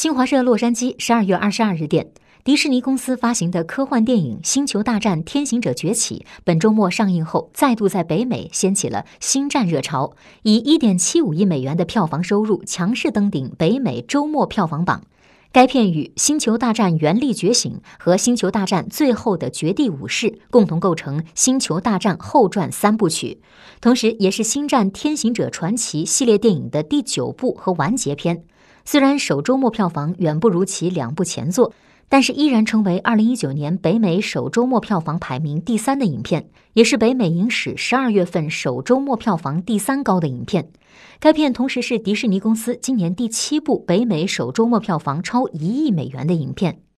新华社洛杉矶12月22日电，迪士尼公司发行的科幻电影《星球大战：天行者崛起》本周末上映后，再度在北美掀起了星战热潮，以1.75亿美元的票房收入强势登顶北美周末票房榜。该片与《星球大战：原力觉醒》和《星球大战：最后的绝地武士》共同构成《星球大战后传》3部曲，同时也是《星战：天行者传奇》系列电影的第9部和完结篇。虽然首周末票房远不如其2部前作，但是依然成为2019年北美首周末票房排名第3的影片，也是北美影史12月份首周末票房第3高的影片。该片同时是迪士尼公司今年第7部北美首周末票房超1亿美元的影片。